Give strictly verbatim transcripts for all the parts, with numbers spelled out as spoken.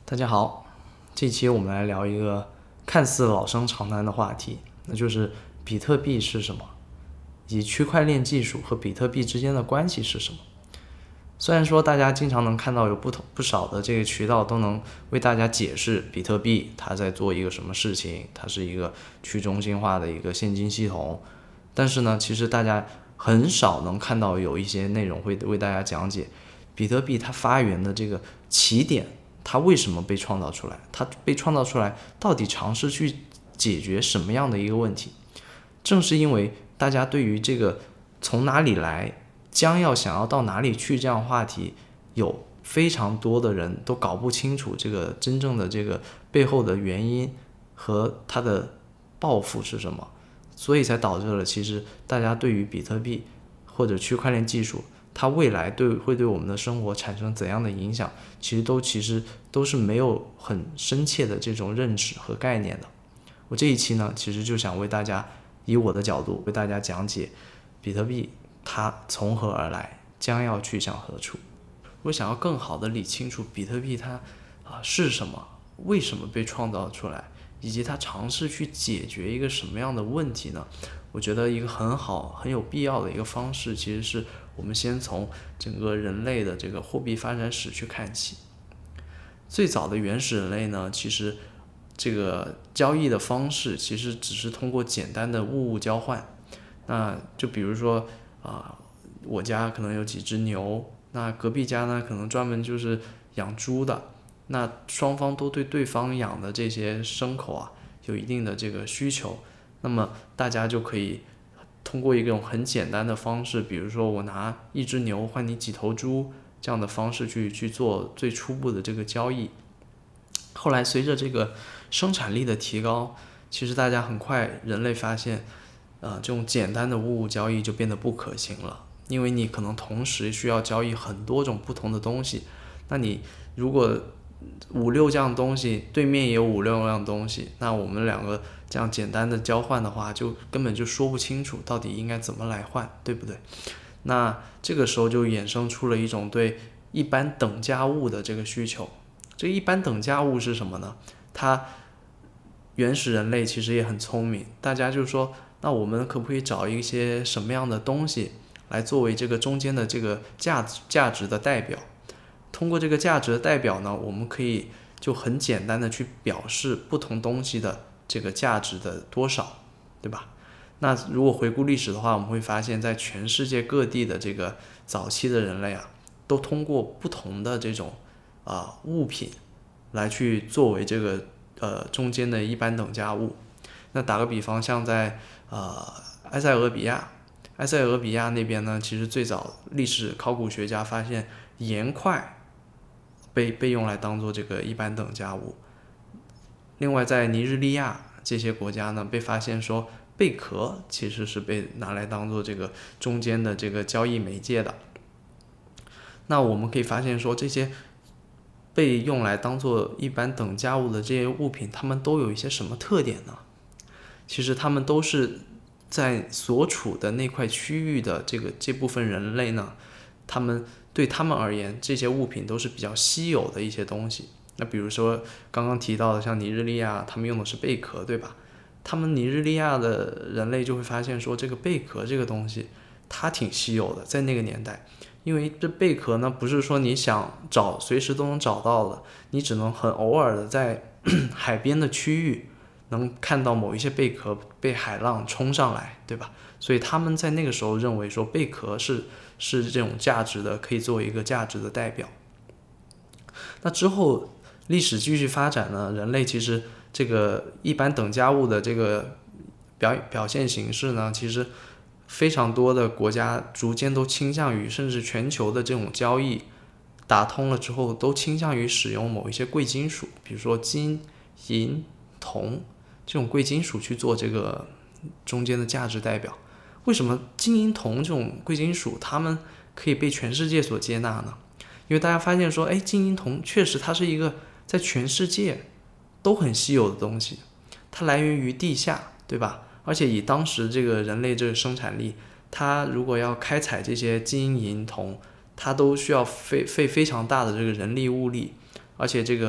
大家好，这期我们来聊一个看似老生常谈的话题，那就是比特币是什么，以及区块链技术和比特币之间的关系是什么。虽然说大家经常能看到有不同不少的这个渠道都能为大家解释比特币它在做一个什么事情，它是一个去中心化的一个现金系统，但是呢，其实大家很少能看到有一些内容会为大家讲解比特币它发源的这个起点，它为什么被创造出来，它被创造出来到底尝试去解决什么样的一个问题。正是因为大家对于这个从哪里来将要想要到哪里去这样话题有非常多的人都搞不清楚这个真正的这个背后的原因和它的抱负是什么，所以才导致了其实大家对于比特币或者区块链技术它未来对会对我们的生活产生怎样的影响，其实都其实都是没有很深切的这种认识和概念的。我这一期呢，其实就想为大家以我的角度为大家讲解比特币它从何而来，将要去向何处。我想要更好的理清楚比特币它啊是什么，为什么被创造出来，以及它尝试去解决一个什么样的问题呢？我觉得一个很好很有必要的一个方式，其实是我们先从整个人类的这个货币发展史去看起。最早的原始人类呢，其实这个交易的方式其实只是通过简单的物物交换。那就比如说啊、呃，我家可能有几只牛，那隔壁家呢可能专门就是养猪的，那双方都对对方养的这些牲口啊有一定的这个需求，那么大家就可以通过一种很简单的方式，比如说我拿一只牛换你几头猪这样的方式去去做最初步的这个交易。后来随着这个生产力的提高，其实大家很快人类发现呃，这种简单的物物交易就变得不可行了，因为你可能同时需要交易很多种不同的东西，那你如果五六样东西，对面也有五六样东西，那我们两个这样简单的交换的话，就根本就说不清楚到底应该怎么来换，对不对？那这个时候就衍生出了一种对一般等价物的这个需求。这一般等价物是什么呢？它原始人类其实也很聪明，大家就说，那我们可不可以找一些什么样的东西来作为这个中间的这个价值价值的代表？通过这个价值的代表呢，我们可以就很简单的去表示不同东西的这个价值的多少，对吧？那如果回顾历史的话，我们会发现在全世界各地的这个早期的人类啊，都通过不同的这种啊、呃、物品来去作为这个呃中间的一般等价物。那打个比方，像在呃埃塞俄比亚，埃塞俄比亚那边呢，其实最早历史考古学家发现盐块被被用来当做这个一般等价物。另外在尼日利亚这些国家呢，被发现说贝壳其实是被拿来当做这个中间的这个交易媒介的。那我们可以发现说，这些被用来当做一般等价物的这些物品，它们都有一些什么特点呢？其实它们都是在所处的那块区域的这个这部分人类呢，他们对他们而言，这些物品都是比较稀有的一些东西。那比如说刚刚提到的像尼日利亚，他们用的是贝壳，对吧？他们尼日利亚的人类就会发现说，这个贝壳这个东西它挺稀有的，在那个年代，因为这贝壳呢不是说你想找随时都能找到的，你只能很偶尔的在海边的区域能看到某一些贝壳被海浪冲上来，对吧？所以他们在那个时候认为说贝壳是是这种价值的，可以作为一个价值的代表。那之后历史继续发展呢，人类其实这个一般等价物的这个表表现形式呢，其实非常多的国家逐渐都倾向于，甚至全球的这种交易打通了之后，都倾向于使用某一些贵金属，比如说金、银、铜这种贵金属去做这个中间的价值代表。为什么金银铜这种贵金属它们可以被全世界所接纳呢？因为大家发现说，哎，金银铜确实它是一个在全世界都很稀有的东西，它来源于地下，对吧？而且以当时这个人类这个生产力，它如果要开采这些金银铜，它都需要费费非常大的这个人力物力，而且这个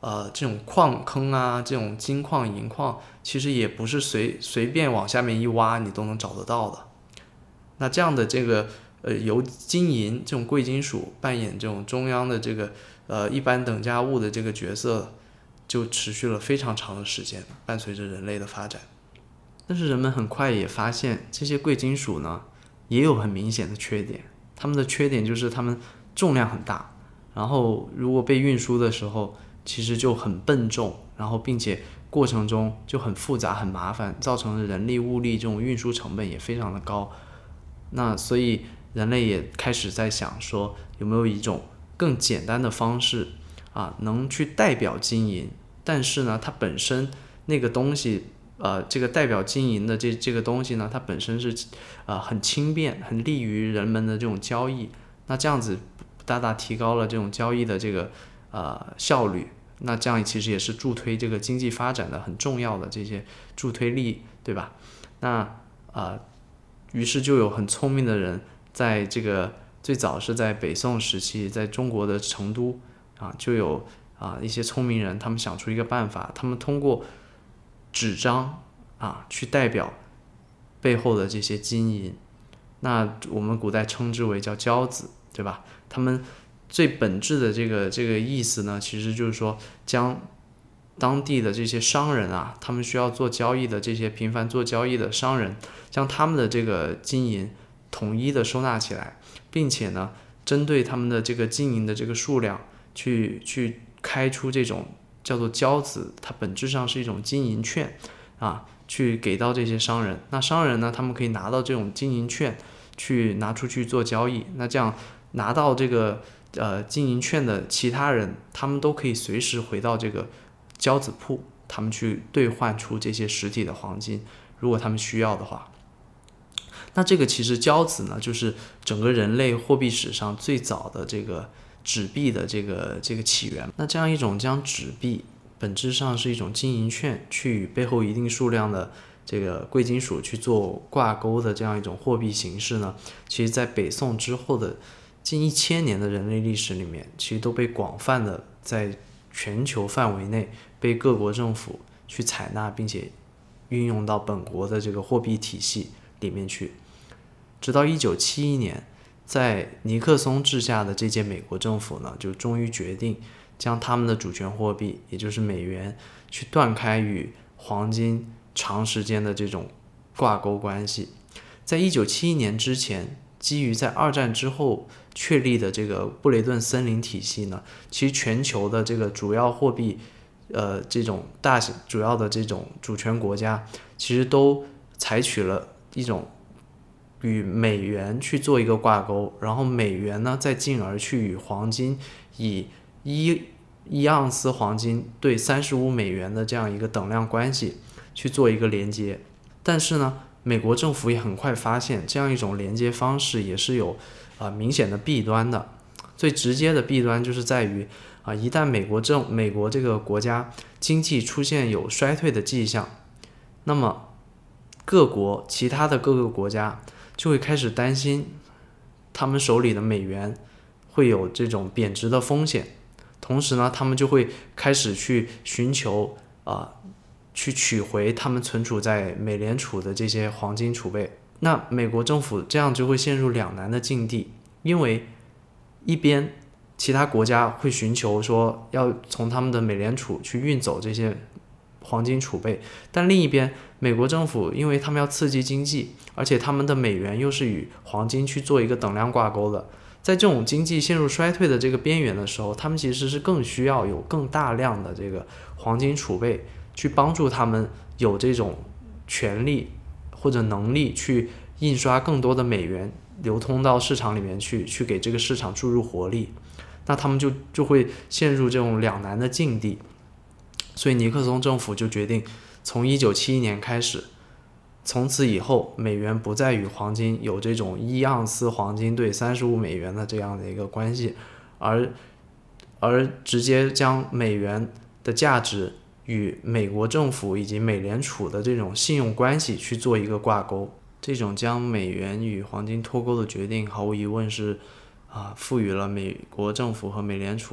呃这种矿坑啊，这种金矿银矿，其实也不是随随便往下面一挖你都能找得到的。那这样的这个呃由金银这种贵金属扮演这种中央的这个呃一般等价物的这个角色，就持续了非常长的时间，伴随着人类的发展。但是人们很快也发现，这些贵金属呢也有很明显的缺点。它们的缺点就是它们重量很大，然后如果被运输的时候其实就很笨重，然后并且过程中就很复杂很麻烦，造成了人力物力这种运输成本也非常的高。那所以人类也开始在想说，有没有一种更简单的方式啊，能去代表金银，但是呢它本身那个东西呃，这个代表金银的这这个东西呢，它本身是呃很轻便，很利于人们的这种交易。那这样子大大提高了这种交易的这个呃效率。那这样其实也是助推这个经济发展的很重要的这些助推力，对吧？那呃，于是就有很聪明的人，在这个最早是在北宋时期，在中国的成都啊，就有啊一些聪明人，他们想出一个办法，他们通过纸张啊，去代表背后的这些金银，那我们古代称之为叫交子，对吧？他们最本质的这个这个意思呢，其实就是说将当地的这些商人啊，他们需要做交易的这些频繁做交易的商人，将他们的这个金银统一的收纳起来，并且呢，针对他们的这个金银的这个数量，去去开出这种叫做交子，它本质上是一种金银券啊，去给到这些商人。那商人呢，他们可以拿到这种金银券，去拿出去做交易。那这样拿到这个呃金银券的其他人，他们都可以随时回到这个交子铺，他们去兑换出这些实体的黄金，如果他们需要的话。那这个其实交子呢，就是整个人类货币史上最早的这个纸币的这个这个起源。那这样一种将纸币本质上是一种金银券，去与背后一定数量的这个贵金属去做挂钩的这样一种货币形式呢，其实在北宋之后的近一千年的人类历史里面，其实都被广泛的在全球范围内被各国政府去采纳，并且运用到本国的这个货币体系里面去。直到一九七一年，在尼克松治下的这届美国政府呢，就终于决定将他们的主权货币，也就是美元，去断开与黄金长时间的这种挂钩关系。在一九七一年之前，基于在二战之后确立的这个布雷顿森林体系呢，其实全球的这个主要货币，呃，这种大型主要的这种主权国家，其实都采取了一种与美元去做一个挂钩，然后美元呢再进而去与黄金以一一盎司黄金对三十五美元的这样一个等量关系去做一个连接。但是呢，美国政府也很快发现这样一种连接方式也是有啊、呃、明显的弊端的。最直接的弊端就是在于啊、呃，一旦美国政美国这个国家经济出现有衰退的迹象，那么各国其他的各个国家就会开始担心他们手里的美元会有这种贬值的风险，同时呢，他们就会开始去寻求啊、呃，去取回他们存储在美联储的这些黄金储备。那美国政府这样就会陷入两难的境地，因为一边其他国家会寻求说要从他们的美联储去运走这些黄金储备，但另一边美国政府因为他们要刺激经济，而且他们的美元又是与黄金去做一个等量挂钩的，在这种经济陷入衰退的这个边缘的时候，他们其实是更需要有更大量的这个黄金储备去帮助他们有这种权利或者能力去印刷更多的美元流通到市场里面去，去给这个市场注入活力。那他们就就会陷入这种两难的境地。所以尼克松政府就决定从一九七一年开始，从此以后美元不再与黄金有这种一盎司黄金对三十五美元的这样的一个关系，而而直接将美元的价值与美国政府以及美联储的这种信用关系去做一个挂钩。这种将美元与黄金脱钩的决定，毫无疑问是啊，赋予了美国政府和美联储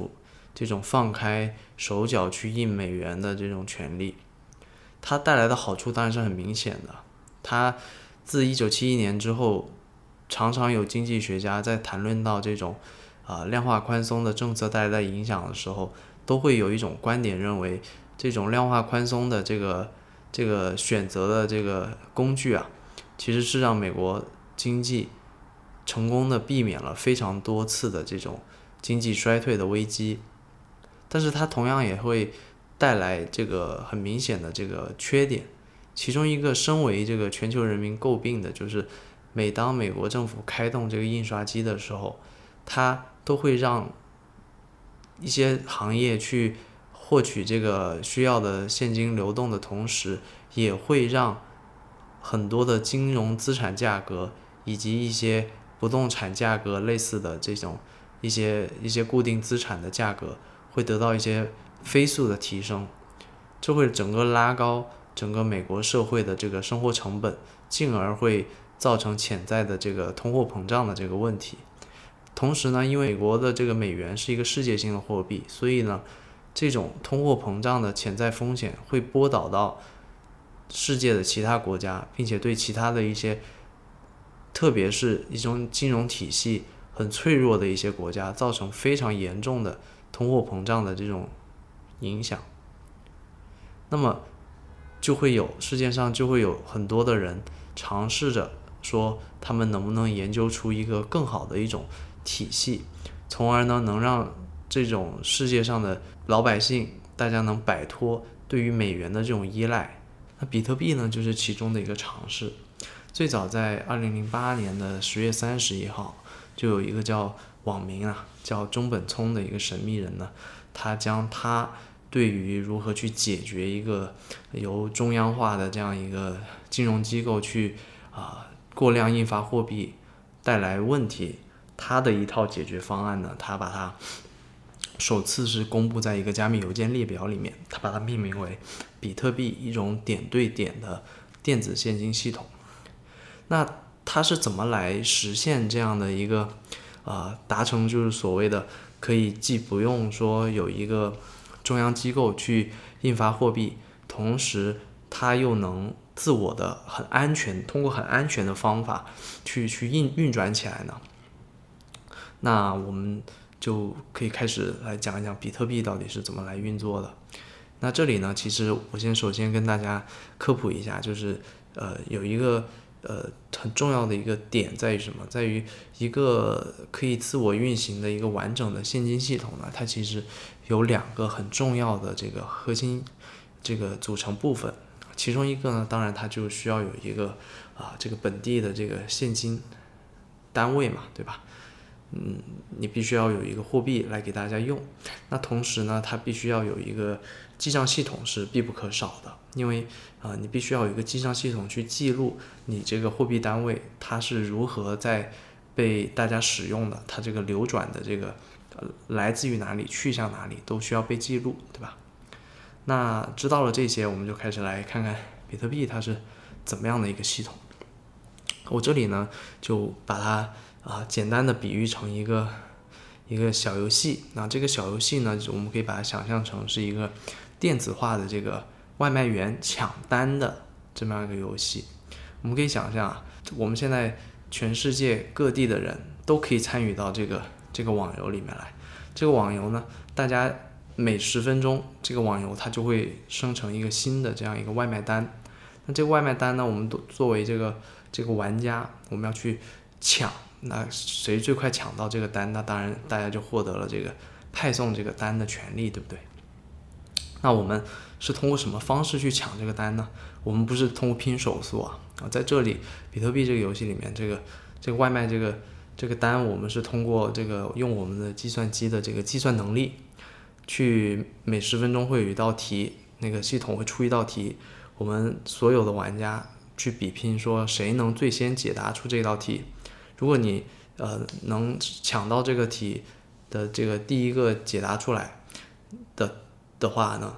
这种放开手脚去印美元的这种权利。它带来的好处当然是很明显的，它自一九七一年之后，常常有经济学家在谈论到这种啊、呃、量化宽松的政策带来的影响的时候，都会有一种观点认为，这种量化宽松的这个这个选择的这个工具啊，其实是让美国经济成功的避免了非常多次的这种经济衰退的危机，但是它同样也会带来这个很明显的这个缺点，其中一个身为这个全球人民诟病的就是，每当美国政府开动这个印刷机的时候，它都会让一些行业去获取这个需要的现金流动的同时，也会让很多的金融资产价格以及一些不动产价格类似的这种一些一些固定资产的价格会得到一些飞速的提升，这会整个拉高整个美国社会的这个生活成本，进而会造成潜在的这个通货膨胀的这个问题。同时呢，因为美国的这个美元是一个世界性的货币，所以呢，这种通货膨胀的潜在风险会波导到世界的其他国家，并且对其他的一些，特别是一种金融体系很脆弱的一些国家，造成非常严重的通货膨胀的这种影响。那么就会有世界上就会有很多的人尝试着说，他们能不能研究出一个更好的一种体系，从而呢能让这种世界上的老百姓大家能摆脱对于美元的这种依赖。那比特币呢就是其中的一个尝试。最早在二零零八年的十月三十一号，就有一个叫网名啊叫中本聪的一个神秘人呢，他将他对于如何去解决一个由中央化的这样一个金融机构去啊、呃、过量印发货币带来问题，他的一套解决方案呢，他把它首次是公布在一个加密邮件列表里面，他把它命名为比特币，一种点对点的电子现金系统。那它是怎么来实现这样的一个呃达成就是所谓的可以既不用说有一个中央机构去印发货币，同时它又能自我的很安全，通过很安全的方法去去运运转起来呢？那我们就可以开始来讲一讲比特币到底是怎么来运作的。那这里呢，其实我先首先跟大家科普一下，就是呃有一个呃很重要的一个点在于什么？在于一个可以自我运行的一个完整的现金系统呢，它其实有两个很重要的这个核心这个组成部分。其中一个呢，当然它就需要有一个啊这个本地的这个现金单位嘛，对吧？嗯，你必须要有一个货币来给大家用。那同时呢，它必须要有一个记账系统是必不可少的，因为啊、呃，你必须要有一个记账系统去记录你这个货币单位它是如何在被大家使用的，它这个流转的这个、呃、来自于哪里，去向哪里，都需要被记录，对吧？那知道了这些，我们就开始来看看比特币它是怎么样的一个系统。我这里呢就把它啊，简单的比喻成一个一个小游戏。那这个小游戏呢，我们可以把它想象成是一个电子化的这个外卖员抢单的这么样一个游戏。我们可以想象啊，我们现在全世界各地的人都可以参与到这个这个网游里面来。这个网游呢，大家每十分钟，这个网游它就会生成一个新的这样一个外卖单。那这个外卖单呢，我们都作为这个这个玩家，我们要去抢。那谁最快抢到这个单，那当然大家就获得了这个派送这个单的权利，对不对？那我们是通过什么方式去抢这个单呢？我们不是通过拼手速啊啊，在这里比特币这个游戏里面，这个这个外卖这个这个单，我们是通过这个用我们的计算机的这个计算能力，去每十分钟会有一道题，那个系统会出一道题，我们所有的玩家去比拼，说谁能最先解答出这道题。如果你呃能抢到这个题的这个第一个解答出来的的话呢，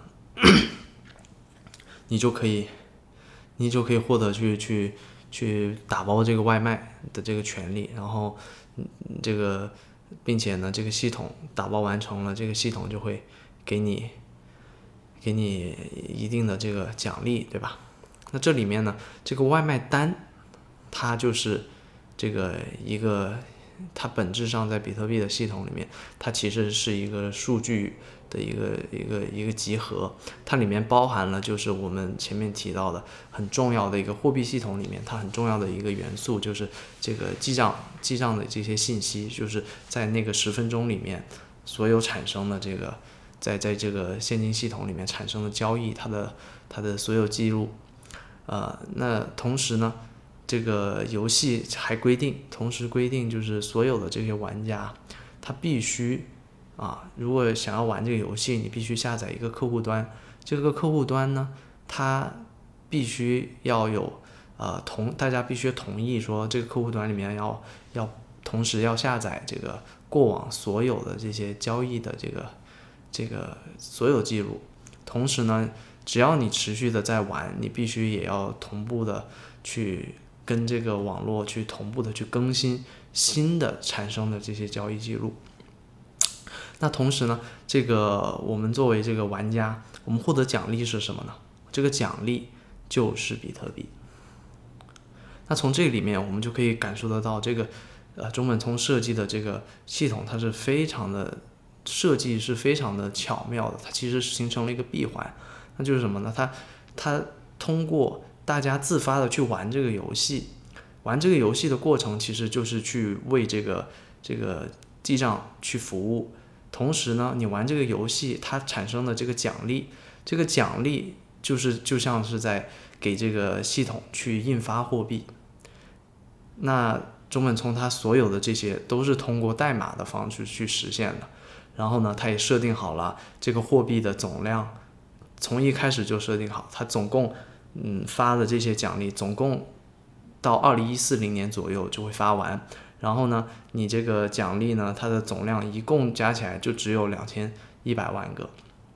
你就可以你就可以获得去去去打包这个外卖的这个权利，然后这个并且呢，这个系统打包完成了，这个系统就会给你给你一定的这个奖励，对吧？那这里面呢，这个外卖单，它就是这个一个，它本质上在比特币的系统里面，它其实是一个数据的一个一个一个集合，它里面包含了就是我们前面提到的很重要的一个货币系统里面，它很重要的一个元素就是这个记账记账的这些信息，就是在那个十分钟里面所有产生的这个在在这个现金系统里面产生的交易，它的它的所有记录，呃，那同时呢，这个游戏还规定，同时规定就是所有的这些玩家，他必须啊，如果想要玩这个游戏，你必须下载一个客户端。这个客户端呢，它必须要有呃同大家必须同意说，这个客户端里面要要同时要下载这个过往所有的这些交易的这个这个所有记录。同时呢，只要你持续的在玩，你必须也要同步的去跟这个网络去同步的去更新新的产生的这些交易记录。那同时呢，这个我们作为这个玩家，我们获得奖励是什么呢？这个奖励就是比特币。那从这里面我们就可以感受得到，这个呃中本聪设计的这个系统，它是非常的设计是非常的巧妙的，它其实形成了一个闭环。那就是什么呢？它它通过大家自发的去玩这个游戏，玩这个游戏的过程其实就是去为这个这个记账去服务。同时呢，你玩这个游戏，它产生的这个奖励，这个奖励就是就像是在给这个系统去印发货币。那中本聪它所有的这些都是通过代码的方式去实现的。然后呢，它也设定好了这个货币的总量，从一开始就设定好，它总共嗯发的这些奖励，总共到二零一四零年左右就会发完。然后呢，你这个奖励呢，它的总量一共加起来就只有两千一百万个。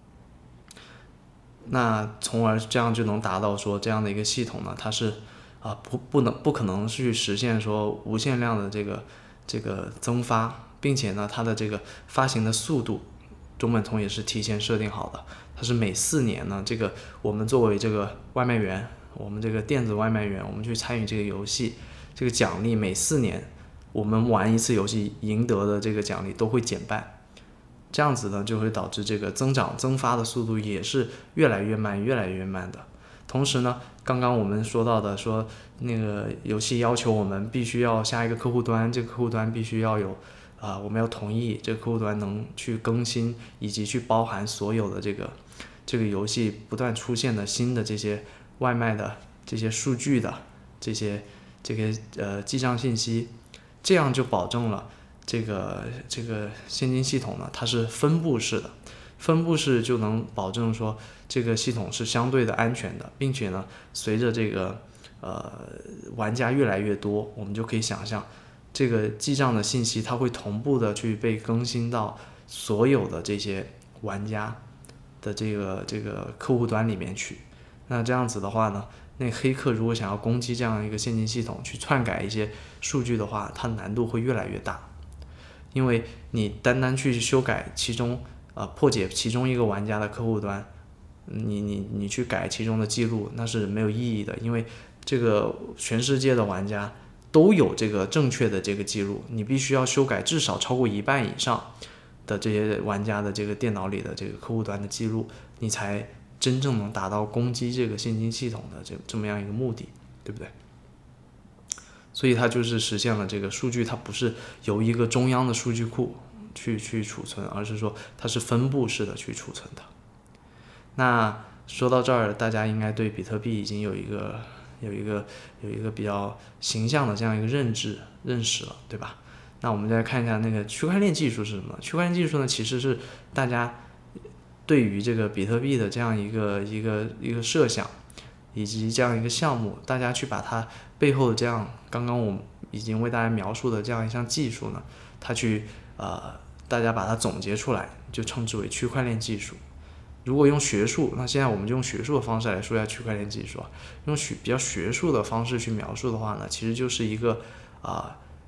那从而这样就能达到说，这样的一个系统呢，它是啊、呃、不不能不可能去实现说无限量的这个这个增发，并且呢，它的这个发行的速度，中本聪也是提前设定好的，它是每四年呢，这个我们作为这个外卖员，我们这个电子外卖员，我们去参与这个游戏，这个奖励每四年。我们玩一次游戏赢得的这个奖励都会减半，这样子呢就会导致这个增长增发的速度也是越来越慢越来越慢的。同时呢，刚刚我们说到的说那个游戏要求我们必须要下一个客户端，这个客户端必须要有啊、呃，我们要同意这个客户端能去更新，以及去包含所有的这个这个游戏不断出现的新的这些外卖的这些数据的这些这个呃记账信息。这样就保证了这个这个现金系统呢，它是分布式的，分布式就能保证说这个系统是相对的安全的，并且呢，随着这个呃玩家越来越多，我们就可以想象这个记账的信息它会同步的去被更新到所有的这些玩家的这个这个客户端里面去。那这样子的话呢，那黑客如果想要攻击这样一个现金系统，去篡改一些数据的话，它难度会越来越大。因为你单单去修改其中呃破解其中一个玩家的客户端，你你你去改其中的记录，那是没有意义的。因为这个全世界的玩家都有这个正确的这个记录，你必须要修改至少超过一半以上的这些玩家的这个电脑里的这个客户端的记录，你才真正能达到攻击这个现金系统的这这么样一个目的，对不对？所以它就是实现了这个数据，它不是由一个中央的数据库去去储存，而是说它是分布式的去储存的。那说到这儿，大家应该对比特币已经有一个有一个有一个比较形象的这样一个认知认识了，对吧？那我们再看一下那个区块链技术是什么？区块链技术呢，其实是大家对于这个比特币的这样一个一个一个设想，以及这样一个项目，大家去把它背后的这样刚刚我们已经为大家描述的这样一项技术呢，它去呃大家把它总结出来，就称之为区块链技术。如果用学术，那现在我们就用学术的方式来说一下区块链技术啊。用学比较学术的方式去描述的话呢，其实就是一个啊、呃、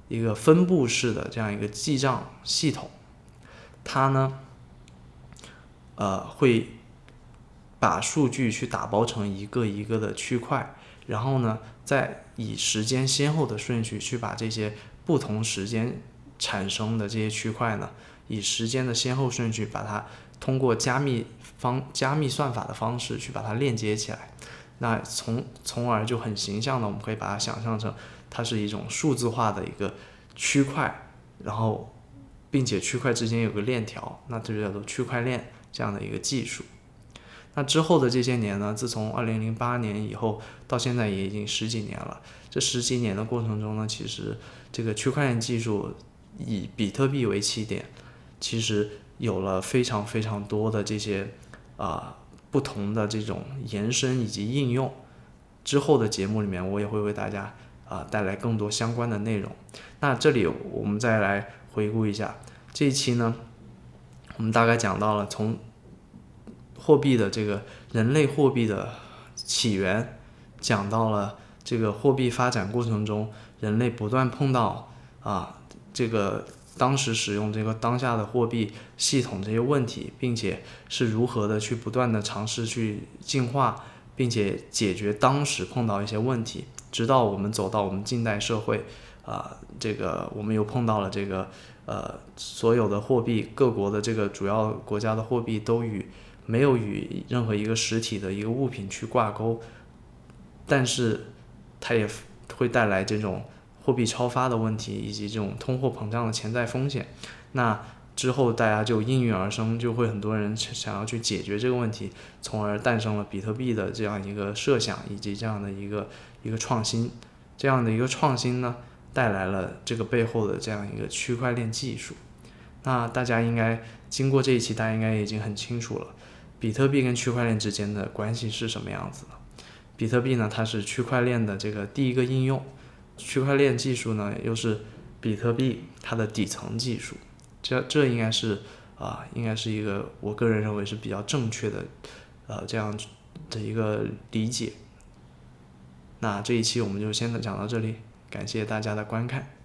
一个分布式的这样一个记账系统，它呢，呃，会把数据去打包成一个一个的区块，然后呢，再以时间先后的顺序去把这些不同时间产生的这些区块呢，以时间的先后顺序把它通过加密方加密算法的方式去把它链接起来。那从从而就很形象的，我们可以把它想象成它是一种数字化的一个区块，然后并且区块之间有个链条，那这就叫做区块链这样的一个技术。那之后的这些年呢，自从二零零八年以后到现在也已经十几年了。这十几年的过程中呢，其实这个区块链技术以比特币为起点，其实有了非常非常多的这些啊、呃、不同的这种延伸以及应用。之后的节目里面，我也会为大家啊、呃、带来更多相关的内容。那这里我们再来回顾一下这一期呢，我们大概讲到了从货币的这个人类货币的起源，讲到了这个货币发展过程中人类不断碰到啊这个当时使用这个当下的货币系统这些问题，并且是如何的去不断的尝试去进化，并且解决当时碰到一些问题，直到我们走到我们近代社会啊，这个我们又碰到了这个呃所有的货币，各国的这个主要国家的货币都与没有与任何一个实体的一个物品去挂钩，但是它也会带来这种货币超发的问题，以及这种通货膨胀的潜在风险。那之后大家就应运而生，就会很多人想要去解决这个问题，从而诞生了比特币的这样一个设想，以及这样的一个一个创新。这样的一个创新呢，带来了这个背后的这样一个区块链技术。那大家应该经过这一期，大家应该已经很清楚了，比特币跟区块链之间的关系是什么样子的。比特币呢，它是区块链的这个第一个应用，区块链技术呢又是比特币它的底层技术。这这应该是啊、呃，应该是一个我个人认为是比较正确的呃这样的一个理解。那这一期我们就先讲到这里，感谢大家的观看。